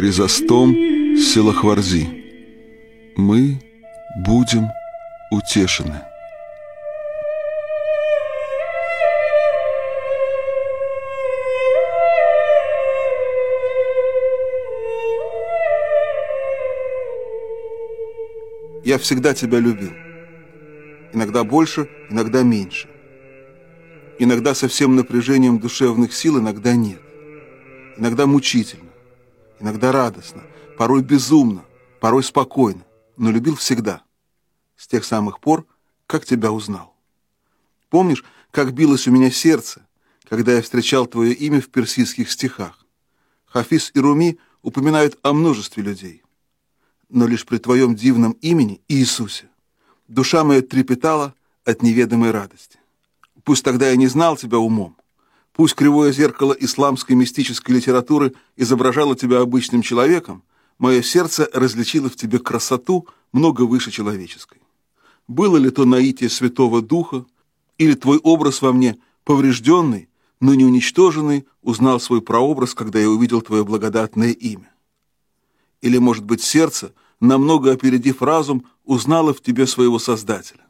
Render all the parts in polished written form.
Хризостом Силахварзи. Мы будем утешены. Я всегда тебя любил. Иногда больше, иногда меньше. Иногда со всем напряжением душевных сил, иногда нет. Иногда мучительно, иногда радостно, порой безумно, порой спокойно, но любил всегда. С тех самых пор, как тебя узнал. Помнишь, как билось у меня сердце, когда я встречал твое имя в персидских стихах? Хафиз и Руми упоминают о множестве людей. Но лишь при твоем дивном имени, Иисусе, душа моя трепетала от неведомой радости. Пусть тогда я не знал тебя умом, пусть кривое зеркало исламской мистической литературы изображало тебя обычным человеком, мое сердце различило в тебе красоту много выше человеческой. Было ли то наитие Святого Духа, или твой образ во мне, поврежденный, но не уничтоженный, узнал свой прообраз, когда я увидел твое благодатное имя? Или, может быть, сердце, намного опередив разум, узнало в тебе своего Создателя?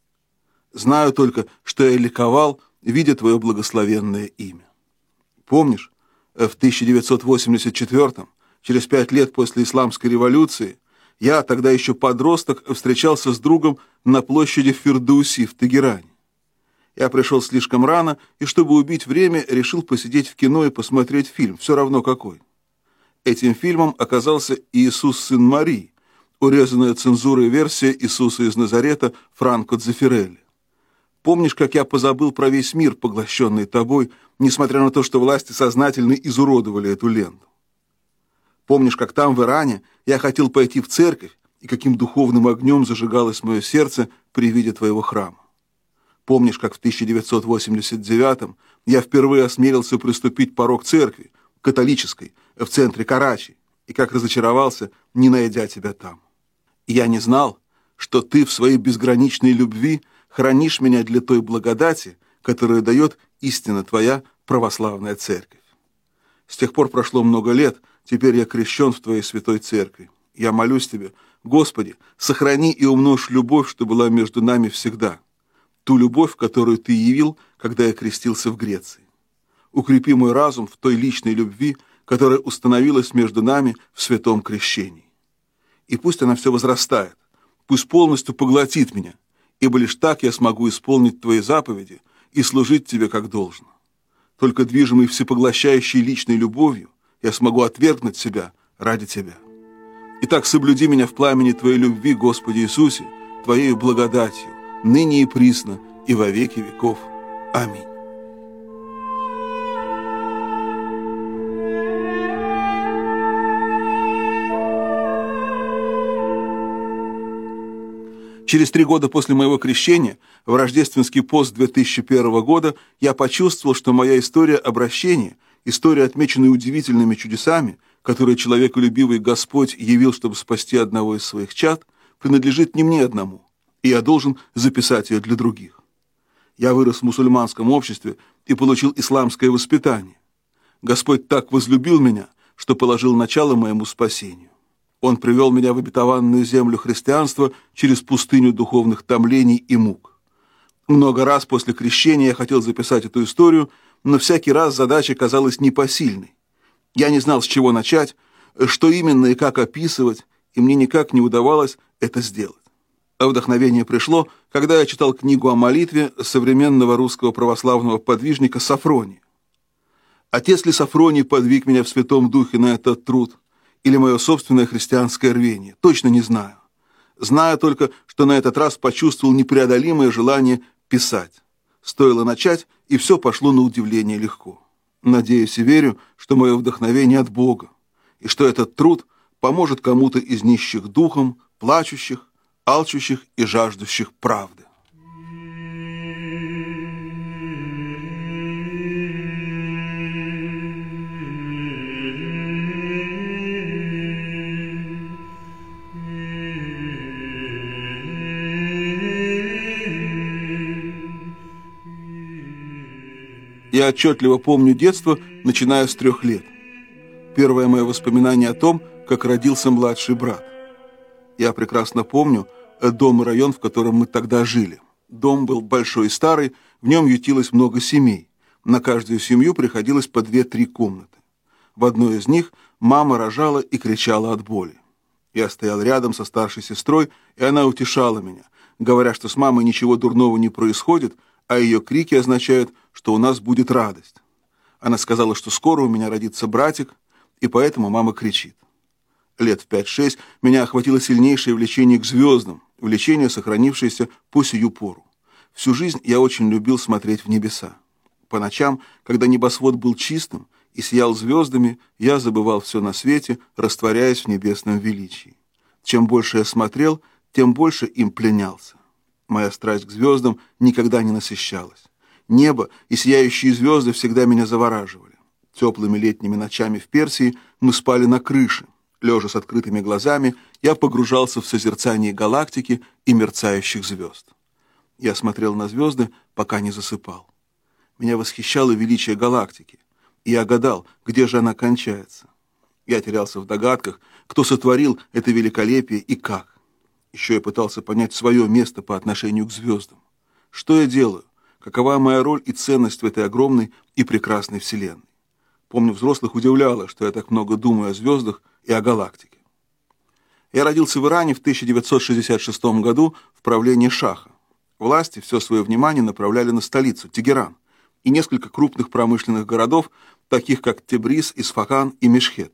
Знаю только, что я ликовал, видя твое благословенное имя. Помнишь, в 1984-м, через 5 лет после Исламской революции, я, тогда еще подросток, встречался с другом на площади Фирдауси в Тегеране. Я пришел слишком рано, и, чтобы убить время, решил посидеть в кино и посмотреть фильм, все равно какой. Этим фильмом оказался «Иисус, сын Марии», урезанная цензурой версия Иисуса из Назарета Франко Дзеффирелли. Помнишь, как я позабыл про весь мир, поглощенный тобой, несмотря на то, что власти сознательно изуродовали эту ленту? Помнишь, как там, в Иране, я хотел пойти в церковь, и каким духовным огнем зажигалось мое сердце при виде твоего храма? Помнишь, как в 1989-м я впервые осмелился приступить порог церкви, католической, в центре Карачи, и как разочаровался, не найдя тебя там? И я не знал, что ты в своей безграничной любви хранишь меня для той благодати, которую дает истинно твоя православная церковь. С тех пор прошло много лет, теперь я крещен в твоей святой церкви. Я молюсь тебе, Господи, сохрани и умножь любовь, что была между нами всегда, ту любовь, которую ты явил, когда я крестился в Греции. Укрепи мой разум в той личной любви, которая установилась между нами в святом крещении. И пусть она все возрастает, пусть полностью поглотит меня, ибо лишь так я смогу исполнить твои заповеди и служить тебе как должно. Только движимый всепоглощающей личной любовью я смогу отвергнуть себя ради тебя. Итак, соблюди меня в пламени твоей любви, Господи Иисусе, твоей благодатью, ныне и присно, и во веки веков. Аминь. Через 3 года после моего крещения, в рождественский пост 2001 года, я почувствовал, что моя история обращения, история, отмеченная удивительными чудесами, которые человеколюбивый Господь явил, чтобы спасти одного из своих чад, принадлежит не мне одному, и я должен записать ее для других. Я вырос в мусульманском обществе и получил исламское воспитание. Господь так возлюбил меня, что положил начало моему спасению. Он привел меня в обетованную землю христианства через пустыню духовных томлений и мук. Много раз после крещения я хотел записать эту историю, но всякий раз задача казалась непосильной. Я не знал, с чего начать, что именно и как описывать, и мне никак не удавалось это сделать. А вдохновение пришло, когда я читал книгу о молитве современного русского православного подвижника Софрония. Отец ли Софроний подвиг меня в Святом Духе на этот труд, или мое собственное христианское рвение? Точно не знаю. Знаю только, что на этот раз почувствовал непреодолимое желание писать. Стоило начать, и все пошло на удивление легко. Надеюсь и верю, что мое вдохновение от Бога, и что этот труд поможет кому-то из нищих духом, плачущих, алчущих и жаждущих правды. Я отчетливо помню детство, начиная с 3 лет. первое мое воспоминание о том, как родился младший брат. Я прекрасно помню дом и район, в котором мы тогда жили. Дом был большой и старый, в нем ютилось много семей. На каждую семью приходилось по 2-3 комнаты. В одной из них мама рожала и кричала от боли. Я стоял рядом со старшей сестрой, и она утешала меня, говоря, что с мамой ничего дурного не происходит, а ее крики означают, что у нас будет радость. Она сказала, что скоро у меня родится братик, и поэтому мама кричит. Лет в 5-6 меня охватило сильнейшее влечение к звездам, влечение, сохранившееся по сию пору. Всю жизнь я очень любил смотреть в небеса. По ночам, когда небосвод был чистым и сиял звездами, я забывал все на свете, растворяясь в небесном величии. Чем больше я смотрел, тем больше им пленялся. Моя страсть к звездам никогда не насыщалась. Небо и сияющие звезды всегда меня завораживали. Теплыми летними ночами в Персии мы спали на крыше. Лежа с открытыми глазами, я погружался в созерцание галактики и мерцающих звезд. Я смотрел на звезды, пока не засыпал. Меня восхищало величие галактики, и я гадал, где же она кончается. Я терялся в догадках, кто сотворил это великолепие и как. Еще я пытался понять свое место по отношению к звездам. Что я делаю? Какова моя роль и ценность в этой огромной и прекрасной вселенной? Помню, взрослых удивляло, что я так много думаю о звездах и о галактике. Я родился в Иране в 1966 году в правлении Шаха. Власти все свое внимание направляли на столицу, Тегеран, и несколько крупных промышленных городов, таких как Тебриз, Исфахан и Мешхет.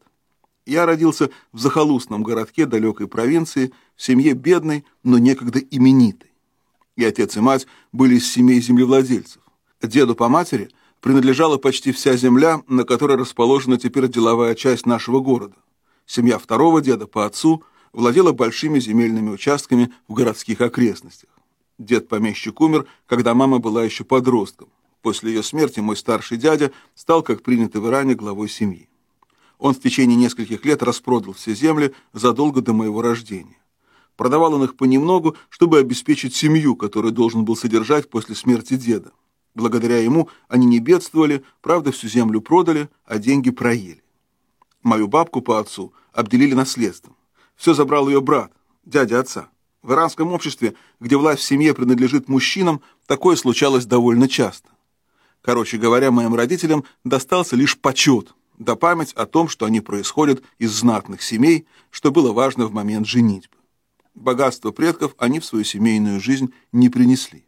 Я родился в захолустном городке далекой провинции, в семье бедной, но некогда именитой. И отец и мать были из семей землевладельцев. Деду по матери принадлежала почти вся земля, на которой расположена теперь деловая часть нашего города. Семья второго деда по отцу владела большими земельными участками в городских окрестностях. Дед-помещик умер, когда мама была еще подростком. После ее смерти мой старший дядя стал, как принято в Иране, главой семьи. Он в течение нескольких лет распродал все земли задолго до моего рождения. Продавал он их понемногу, чтобы обеспечить семью, которую должен был содержать после смерти деда. Благодаря ему они не бедствовали, правда, всю землю продали, а деньги проели. Мою бабку по отцу обделили наследством. Все забрал ее брат, дядя отца. В иранском обществе, где власть в семье принадлежит мужчинам, такое случалось довольно часто. Короче говоря, моим родителям достался лишь почет, да память о том, что они происходят из знатных семей, что было важно в момент женитьбы. Богатство предков они в свою семейную жизнь не принесли.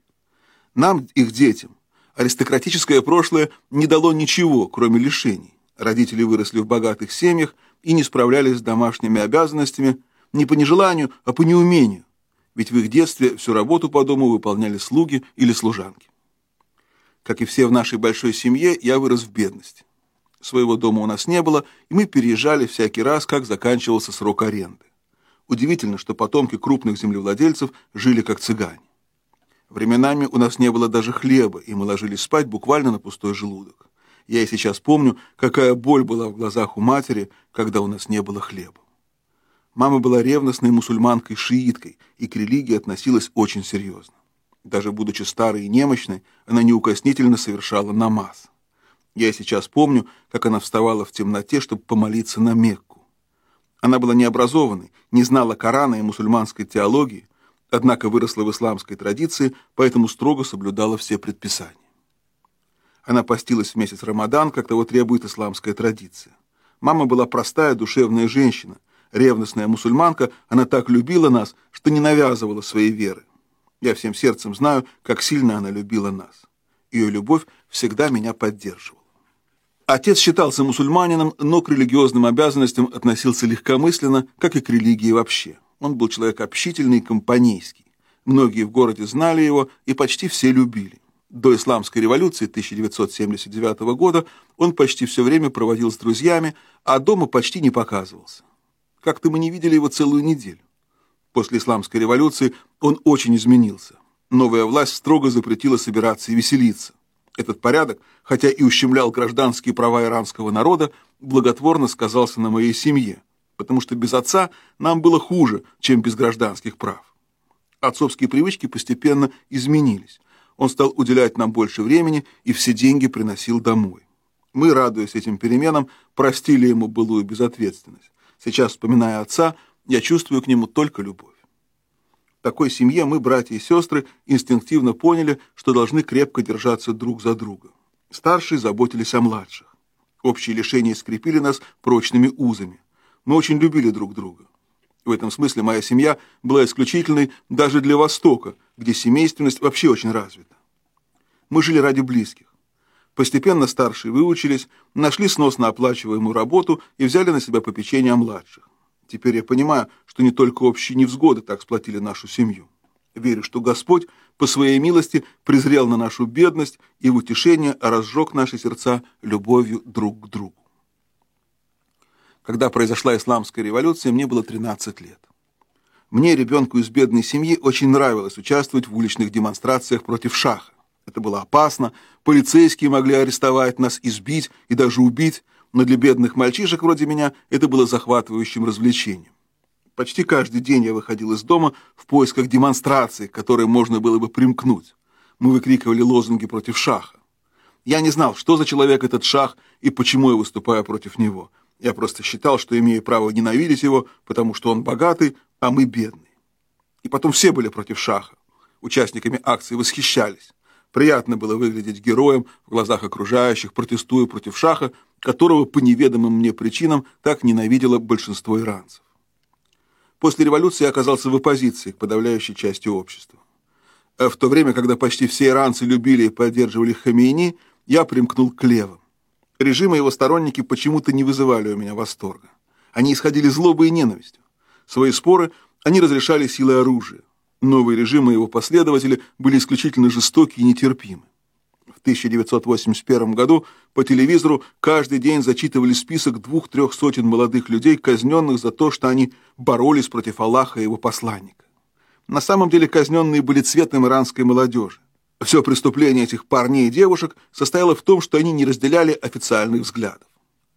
Нам, их детям, аристократическое прошлое не дало ничего, кроме лишений. Родители выросли в богатых семьях и не справлялись с домашними обязанностями не по нежеланию, а по неумению, ведь в их детстве всю работу по дому выполняли слуги или служанки. Как и все в нашей большой семье, я вырос в бедности. Своего дома у нас не было, и мы переезжали всякий раз, как заканчивался срок аренды. Удивительно, что потомки крупных землевладельцев жили как цыгане. Временами у нас не было даже хлеба, и мы ложились спать буквально на пустой желудок. Я и сейчас помню, какая боль была в глазах у матери, когда у нас не было хлеба. Мама была ревностной мусульманкой-шииткой и к религии относилась очень серьезно. Даже будучи старой и немощной, она неукоснительно совершала намаз. Я сейчас помню, как она вставала в темноте, чтобы помолиться на Мекку. Она была необразованной, не знала Корана и мусульманской теологии, однако выросла в исламской традиции, поэтому строго соблюдала все предписания. Она постилась в месяц Рамадан, как того требует исламская традиция. Мама была простая, душевная женщина, ревностная мусульманка, она так любила нас, что не навязывала своей веры. Я всем сердцем знаю, как сильно она любила нас. Ее любовь всегда меня поддерживала. Отец считался мусульманином, но к религиозным обязанностям относился легкомысленно, как и к религии вообще. Он был человек общительный и компанейский. Многие в городе знали его, и почти все любили. До исламской революции 1979 года он почти все время проводил с друзьями, а дома почти не показывался. Как-то мы не видели его целую неделю. После исламской революции он очень изменился. Новая власть строго запретила собираться и веселиться. Этот порядок, хотя и ущемлял гражданские права иранского народа, благотворно сказался на моей семье, потому что без отца нам было хуже, чем без гражданских прав. Отцовские привычки постепенно изменились. Он стал уделять нам больше времени и все деньги приносил домой. Мы, радуясь этим переменам, простили ему былую безответственность. Сейчас, вспоминая отца, я чувствую к нему только любовь. В такой семье мы, братья и сестры, инстинктивно поняли, что должны крепко держаться друг за друга. Старшие заботились о младших. Общие лишения скрепили нас прочными узами. Мы очень любили друг друга. В этом смысле моя семья была исключительной даже для Востока, где семейственность вообще очень развита. Мы жили ради близких. Постепенно старшие выучились, нашли сносно оплачиваемую работу и взяли на себя попечение о младших. Теперь я понимаю, что не только общие невзгоды так сплотили нашу семью. Верю, что Господь по своей милости презрел на нашу бедность и в утешение разжег наши сердца любовью друг к другу. Когда произошла исламская революция, мне было 13 лет. Мне, ребенку из бедной семьи, очень нравилось участвовать в уличных демонстрациях против шаха. Это было опасно, полицейские могли арестовать нас, избить и даже убить, но для бедных мальчишек вроде меня это было захватывающим развлечением. Почти каждый день я выходил из дома в поисках демонстрации, к которой можно было бы примкнуть. Мы выкрикивали лозунги против шаха. Я не знал, что за человек этот шах и почему я выступаю против него. Я просто считал, что имею право ненавидеть его, потому что он богатый, а мы бедные. И потом все были против шаха. Участниками акции восхищались. Приятно было выглядеть героем в глазах окружающих, протестуя против шаха, которого по неведомым мне причинам так ненавидело большинство иранцев. После революции я оказался в оппозиции к подавляющей части общества. В то время, когда почти все иранцы любили и поддерживали Хомейни, я примкнул к левым. Режим и его сторонники почему-то не вызывали у меня восторга. Они исходили злобой и ненавистью. Свои споры они разрешали силой оружия. Новый режим и его последователи были исключительно жестоки и нетерпимы. В 1981 году по телевизору каждый день зачитывали список 2-3 сотен молодых людей, казненных за то, что они боролись против Аллаха и его посланника. На самом деле казненные были цветом иранской молодежи. Все преступление этих парней и девушек состояло в том, что они не разделяли официальных взглядов.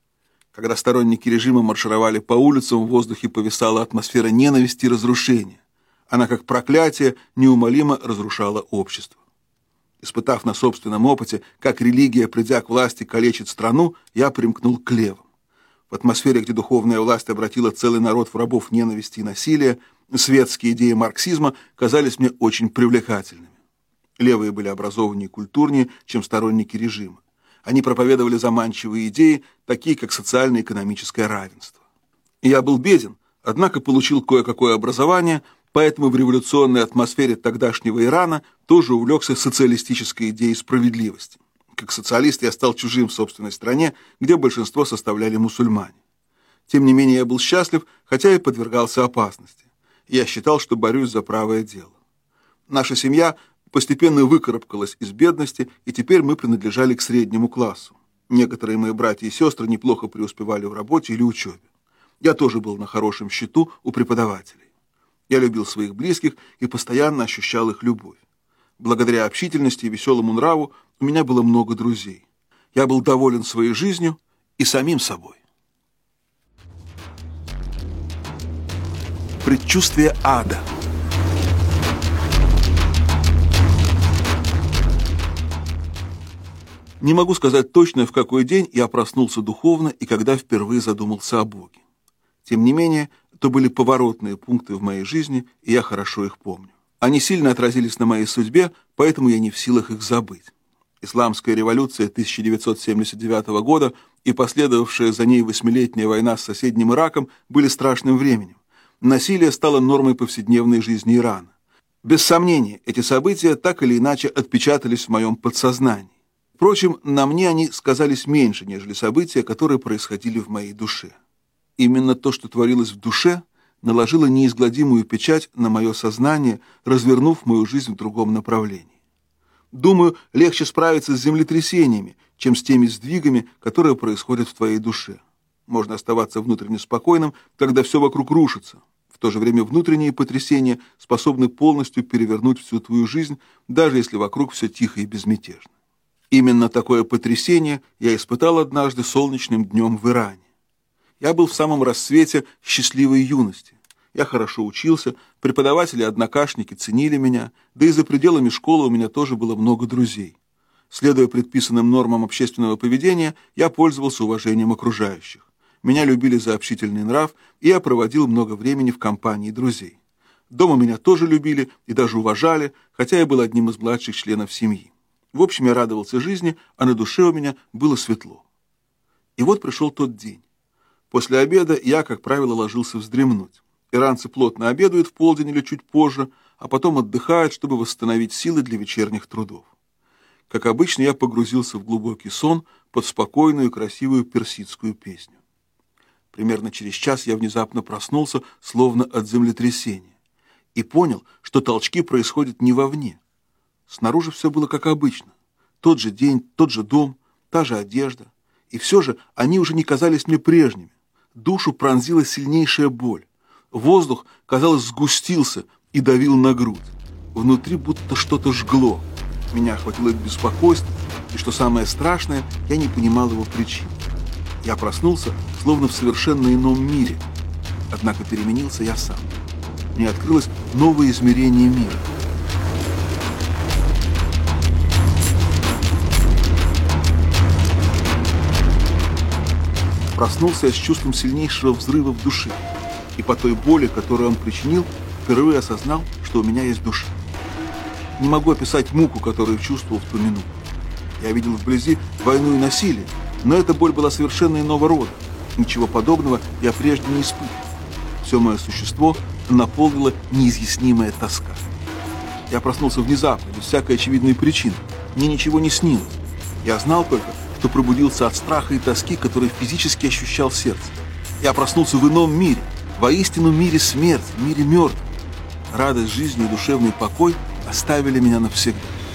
Когда сторонники режима маршировали по улицам, в воздухе повисала атмосфера ненависти и разрушения. Она, как проклятие, неумолимо разрушала общество. Испытав на собственном опыте, как религия, придя к власти, калечит страну, я примкнул к левым. В атмосфере, где духовная власть обратила целый народ в рабов ненависти и насилия, светские идеи марксизма казались мне очень привлекательными. Левые были образованнее и культурнее, чем сторонники режима. Они проповедовали заманчивые идеи, такие как социально-экономическое равенство. Я был беден, однако получил кое-какое образование, поэтому в революционной атмосфере тогдашнего Ирана тоже увлекся социалистической идеей справедливости. Как социалист я стал чужим в собственной стране, где большинство составляли мусульмане. Тем не менее я был счастлив, хотя и подвергался опасности. Я считал, что борюсь за правое дело. Наша семья постепенно выкарабкалась из бедности, и теперь мы принадлежали к среднему классу. Некоторые мои братья и сестры неплохо преуспевали в работе или учебе. Я тоже был на хорошем счету у преподавателей. Я любил своих близких и постоянно ощущал их любовь. Благодаря общительности и веселому нраву у меня было много друзей. Я был доволен своей жизнью и самим собой. Предчувствие ада. Не могу сказать точно, в какой день я проснулся духовно и когда впервые задумался о Боге. Тем не менее, то были поворотные пункты в моей жизни, и я хорошо их помню. Они сильно отразились на моей судьбе, поэтому я не в силах их забыть. Исламская революция 1979 года и последовавшая за ней 8-летняя война с соседним Ираком были страшным временем. Насилие стало нормой повседневной жизни Ирана. Без сомнения, эти события так или иначе отпечатались в моем подсознании. Впрочем, на мне они сказались меньше, нежели события, которые происходили в моей душе. Именно то, что творилось в душе, наложило неизгладимую печать на мое сознание, развернув мою жизнь в другом направлении. Думаю, легче справиться с землетрясениями, чем с теми сдвигами, которые происходят в твоей душе. Можно оставаться внутренне спокойным, когда все вокруг рушится. В то же время внутренние потрясения способны полностью перевернуть всю твою жизнь, даже если вокруг все тихо и безмятежно. Именно такое потрясение я испытал однажды солнечным днем в Иране. Я был в самом расцвете счастливой юности. Я хорошо учился, преподаватели и однокашники ценили меня, да и за пределами школы у меня тоже было много друзей. Следуя предписанным нормам общественного поведения, я пользовался уважением окружающих. Меня любили за общительный нрав, и я проводил много времени в компании друзей. Дома меня тоже любили и даже уважали, хотя я был одним из младших членов семьи. В общем, я радовался жизни, а на душе у меня было светло. И вот пришел тот день. После обеда я, как правило, ложился вздремнуть. Иранцы плотно обедают в полдень или чуть позже, а потом отдыхают, чтобы восстановить силы для вечерних трудов. Как обычно, я погрузился в глубокий сон под спокойную и красивую персидскую песню. Примерно через час я внезапно проснулся, словно от землетрясения, и понял, что толчки происходят не вовне. Снаружи все было как обычно. Тот же день, тот же дом, та же одежда. И все же они уже не казались мне прежними. Душу пронзила сильнейшая боль. Воздух, казалось, сгустился и давил на грудь. Внутри будто что-то жгло. Меня охватило беспокойство, и, что самое страшное, я не понимал его причин. Я проснулся, словно в совершенно ином мире. Однако переменился я сам. Мне открылось новое измерение мира. Проснулся я с чувством сильнейшего взрыва в душе. И по той боли, которую он причинил, впервые осознал, что у меня есть душа. Не могу описать муку, которую чувствовал в ту минуту. Я видел вблизи войну и насилие, но эта боль была совершенно иного рода. Ничего подобного я прежде не испытывал. Все мое существо наполнило неизъяснимая тоска. Я проснулся внезапно, без всякой очевидной причины. Мне ничего не снилось. Я знал только, что пробудился от страха и тоски, который физически ощущал сердце. Я проснулся в ином мире, воистину мире смерти, мире мертвых. Радость жизни и душевный покой оставили меня навсегда.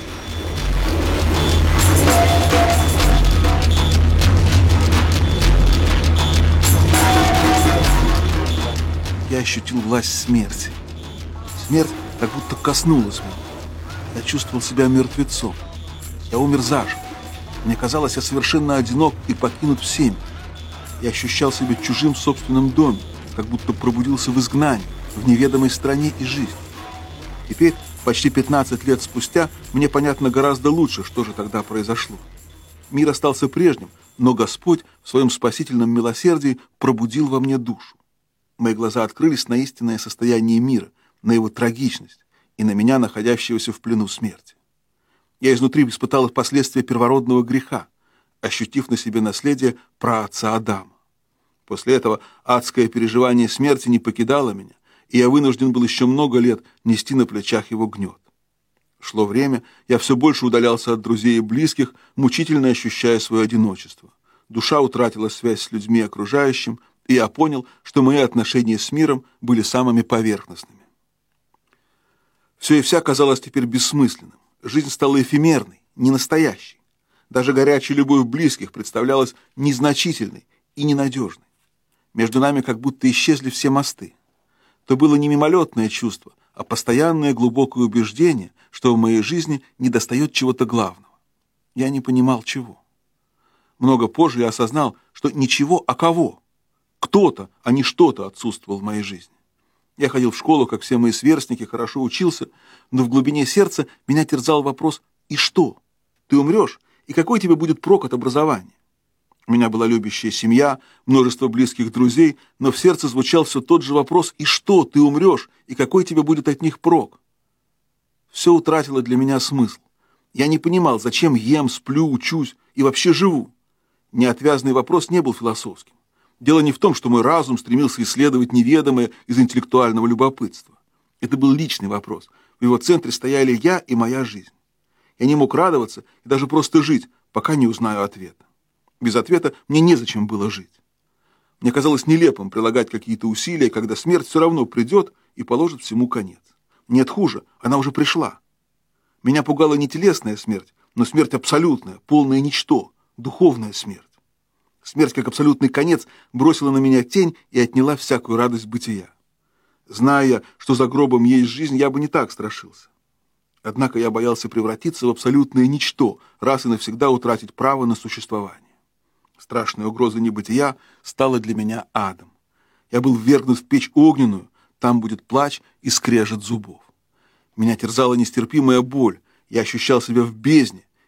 Я ощутил власть смерти. Смерть как будто коснулась меня. Я чувствовал себя мертвецом. Я умер заживо. Мне казалось, я совершенно одинок и покинут всеми. Я ощущал себя чужим в собственном доме, как будто пробудился в изгнании, в неведомой стране и жизни. Теперь, почти 15 лет спустя, мне понятно гораздо лучше, что же тогда произошло. Мир остался прежним, но Господь в своем спасительном милосердии пробудил во мне душу. Мои глаза открылись на истинное состояние мира, на его трагичность и на меня, находящегося в плену смерти. Я изнутри испытал последствия первородного греха, ощутив на себе наследие праотца Адама. После этого адское переживание смерти не покидало меня, и я вынужден был еще много лет нести на плечах его гнет. Шло время, я все больше удалялся от друзей и близких, мучительно ощущая свое одиночество. Душа утратила связь с людьми окружающим, и я понял, что мои отношения с миром были самыми поверхностными. Все и вся казалось теперь бессмысленным. Жизнь стала эфемерной, ненастоящей. Даже горячая любовь близких представлялась незначительной и ненадежной. Между нами как будто исчезли все мосты. То было не мимолетное чувство, а постоянное глубокое убеждение, что в моей жизни недостает чего-то главного. Я не понимал, чего. Много позже я осознал, что ничего, а кого. Кто-то, а не что-то отсутствовал в моей жизни. Я ходил в школу, как все мои сверстники, хорошо учился, но в глубине сердца меня терзал вопрос: «И что? Ты умрешь, и какой тебе будет прок от образования?» У меня была любящая семья, множество близких друзей, но в сердце звучал все тот же вопрос: «И что? Ты умрешь, и какой тебе будет от них прок?» Все утратило для меня смысл. Я не понимал, зачем ем, сплю, учусь и вообще живу. Неотвязный вопрос не был философским. Дело не в том, что мой разум стремился исследовать неведомое из интеллектуального любопытства. Это был личный вопрос. В его центре стояли я и моя жизнь. Я не мог радоваться и даже просто жить, пока не узнаю ответа. Без ответа мне незачем было жить. Мне казалось нелепым прилагать какие-то усилия, когда смерть все равно придет и положит всему конец. Нет, хуже, она уже пришла. Меня пугала не телесная смерть, но смерть абсолютная, полное ничто, духовная смерть. Смерть, как абсолютный конец, бросила на меня тень и отняла всякую радость бытия. Зная, что за гробом есть жизнь, я бы не так страшился. Однако я боялся превратиться в абсолютное ничто, раз и навсегда утратить право на существование. Страшная угроза небытия стала для меня адом. Я был ввергнут в печь огненную, там будет плач и скрежет зубов. Меня терзала нестерпимая боль, я ощущал себя в бездне,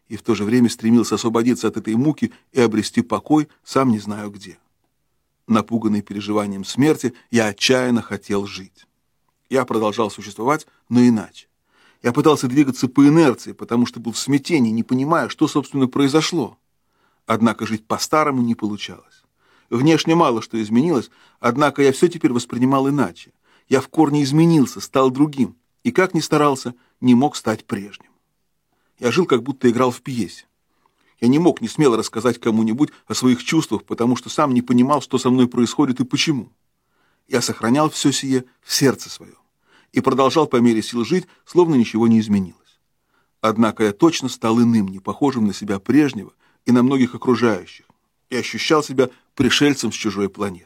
и в то же время стремился освободиться от этой муки и обрести покой, сам не знаю где. Напуганный переживанием смерти, я отчаянно хотел жить. Я продолжал существовать, но иначе. Я пытался двигаться по инерции, потому что был в смятении, не понимая, что, собственно, произошло. Однако жить по-старому не получалось. Внешне мало что изменилось, однако я все теперь воспринимал иначе. Я в корне изменился, стал другим, и, как ни старался, не мог стать прежним. Я жил, как будто играл в пьесе. Я не мог не смело рассказать кому-нибудь о своих чувствах, потому что сам не понимал, что со мной происходит и почему. Я сохранял все сие в сердце своем и продолжал по мере сил жить, словно ничего не изменилось. Однако я точно стал иным, не похожим на себя прежнего и на многих окружающих, и ощущал себя пришельцем с чужой планеты.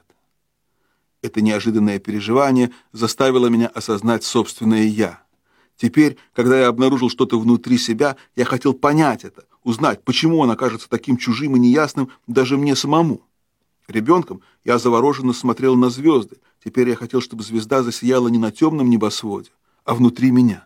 Это неожиданное переживание заставило меня осознать собственное «я». Теперь, когда я обнаружил что-то внутри себя, я хотел понять это, узнать, почему он окажется таким чужим и неясным даже мне самому. Ребенком я завороженно смотрел на звезды. Теперь я хотел, чтобы звезда засияла не на темном небосводе, а внутри меня.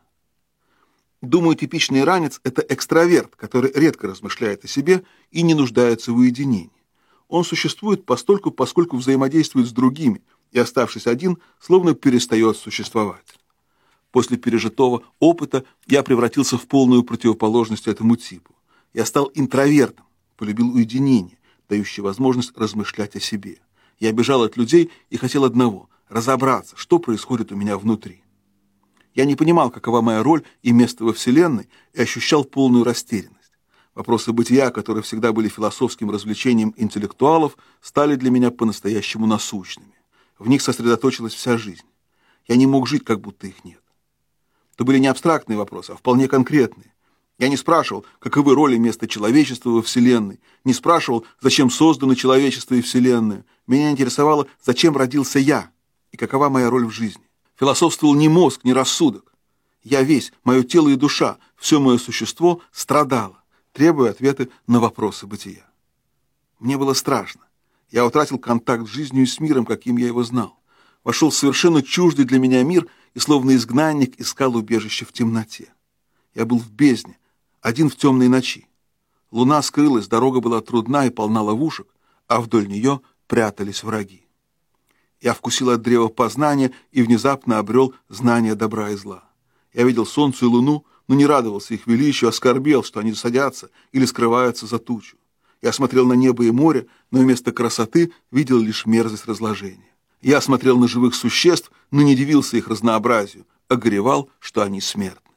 Думаю, типичный иранец – это экстраверт, который редко размышляет о себе и не нуждается в уединении. Он существует постольку, поскольку взаимодействует с другими, и, оставшись один, словно перестает существовать. После пережитого опыта я превратился в полную противоположность этому типу. Я стал интровертом, полюбил уединение, дающее возможность размышлять о себе. Я бежал от людей и хотел одного – разобраться, что происходит у меня внутри. Я не понимал, какова моя роль и место во Вселенной, и ощущал полную растерянность. Вопросы бытия, которые всегда были философским развлечением интеллектуалов, стали для меня по-настоящему насущными. В них сосредоточилась вся жизнь. Я не мог жить, как будто их нет. Это были не абстрактные вопросы, а вполне конкретные. Я не спрашивал, каковы роли и место человечества во Вселенной, не спрашивал, зачем создано человечество и Вселенная. Меня интересовало, зачем родился я и какова моя роль в жизни. Философствовал не мозг, не рассудок. Я весь, мое тело и душа, все мое существо страдало, требуя ответы на вопросы бытия. Мне было страшно. Я утратил контакт с жизнью и с миром, каким я его знал. Вошел в совершенно чуждый для меня мир и, словно изгнанник, искал убежище в темноте. Я был в бездне, один в темной ночи. Луна скрылась, дорога была трудна и полна ловушек, а вдоль нее прятались враги. Я вкусил от древа познания и внезапно обрел знание добра и зла. Я видел солнце и луну, но не радовался их величию, а скорбел, что они садятся или скрываются за тучу. Я смотрел на небо и море, но вместо красоты видел лишь мерзость разложения. Я смотрел на живых существ, но не дивился их разнообразию, а горевал, что они смертны.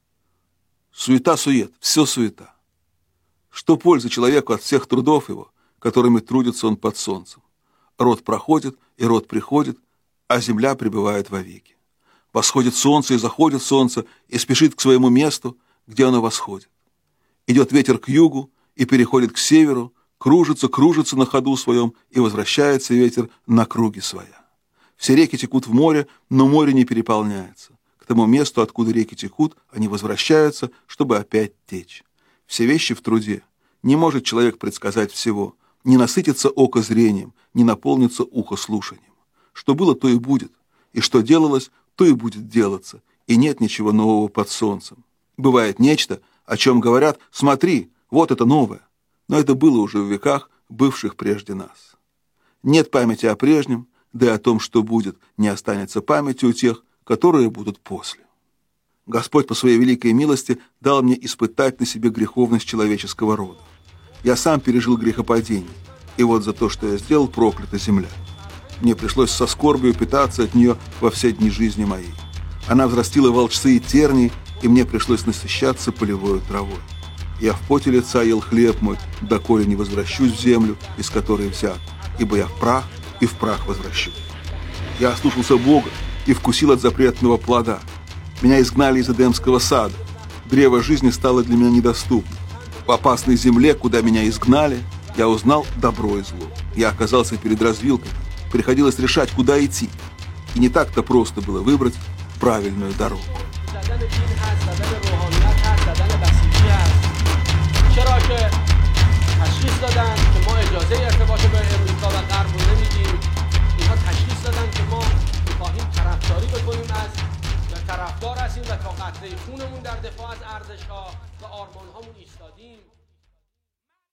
Суета-сует, все суета. Что пользы человеку от всех трудов его, которыми трудится он под солнцем? Род проходит, и род приходит, а земля пребывает вовеки. Восходит солнце и заходит солнце, и спешит к своему месту, где оно восходит. Идет ветер к югу и переходит к северу, кружится на ходу своем, и возвращается ветер на круги своя. Все реки текут в море, но море не переполняется. К тому месту, откуда реки текут, они возвращаются, чтобы опять течь. Все вещи в труде. Не может человек предсказать всего. Не насытится око зрением, не наполнится ухо слушанием. Что было, то и будет. И что делалось, то и будет делаться. И нет ничего нового под солнцем. Бывает нечто, о чем говорят: смотри, вот это новое. Но это было уже в веках, бывших прежде нас. Нет памяти о прежнем, да и о том, что будет, не останется памяти у тех, которые будут после. Господь по своей великой милости дал мне испытать на себе греховность человеческого рода. Я сам пережил грехопадение, и вот за то, что я сделал, проклята земля. Мне пришлось со скорбью питаться от нее во все дни жизни моей. Она взрастила волчцы и тернии, и мне пришлось насыщаться полевой травой. Я в поте лица ел хлеб мой, доколе не возвращусь в землю, из которой взят, ибо я в прах и в прах возвращусь. Я ослушался Бога и вкусил от запретного плода. Меня изгнали из Эдемского сада. Древо жизни стало для меня недоступным. В опасной земле, куда меня изгнали, я узнал добро и зло. Я оказался перед развилкой. Приходилось решать, куда идти. И не так-то просто было выбрать правильную дорогу. چرا که تشخیص دادن که ما اجازه ارتباط به امریکا و غرب رو نمیدیم. اینها تشخیص دادن که ما می‌خواهیم طرفداری بکنیم از طرفدار هستیم و تا قطره خونمون در دفاع از ارزش‌ها و آرمان‌هامون ایستادیم.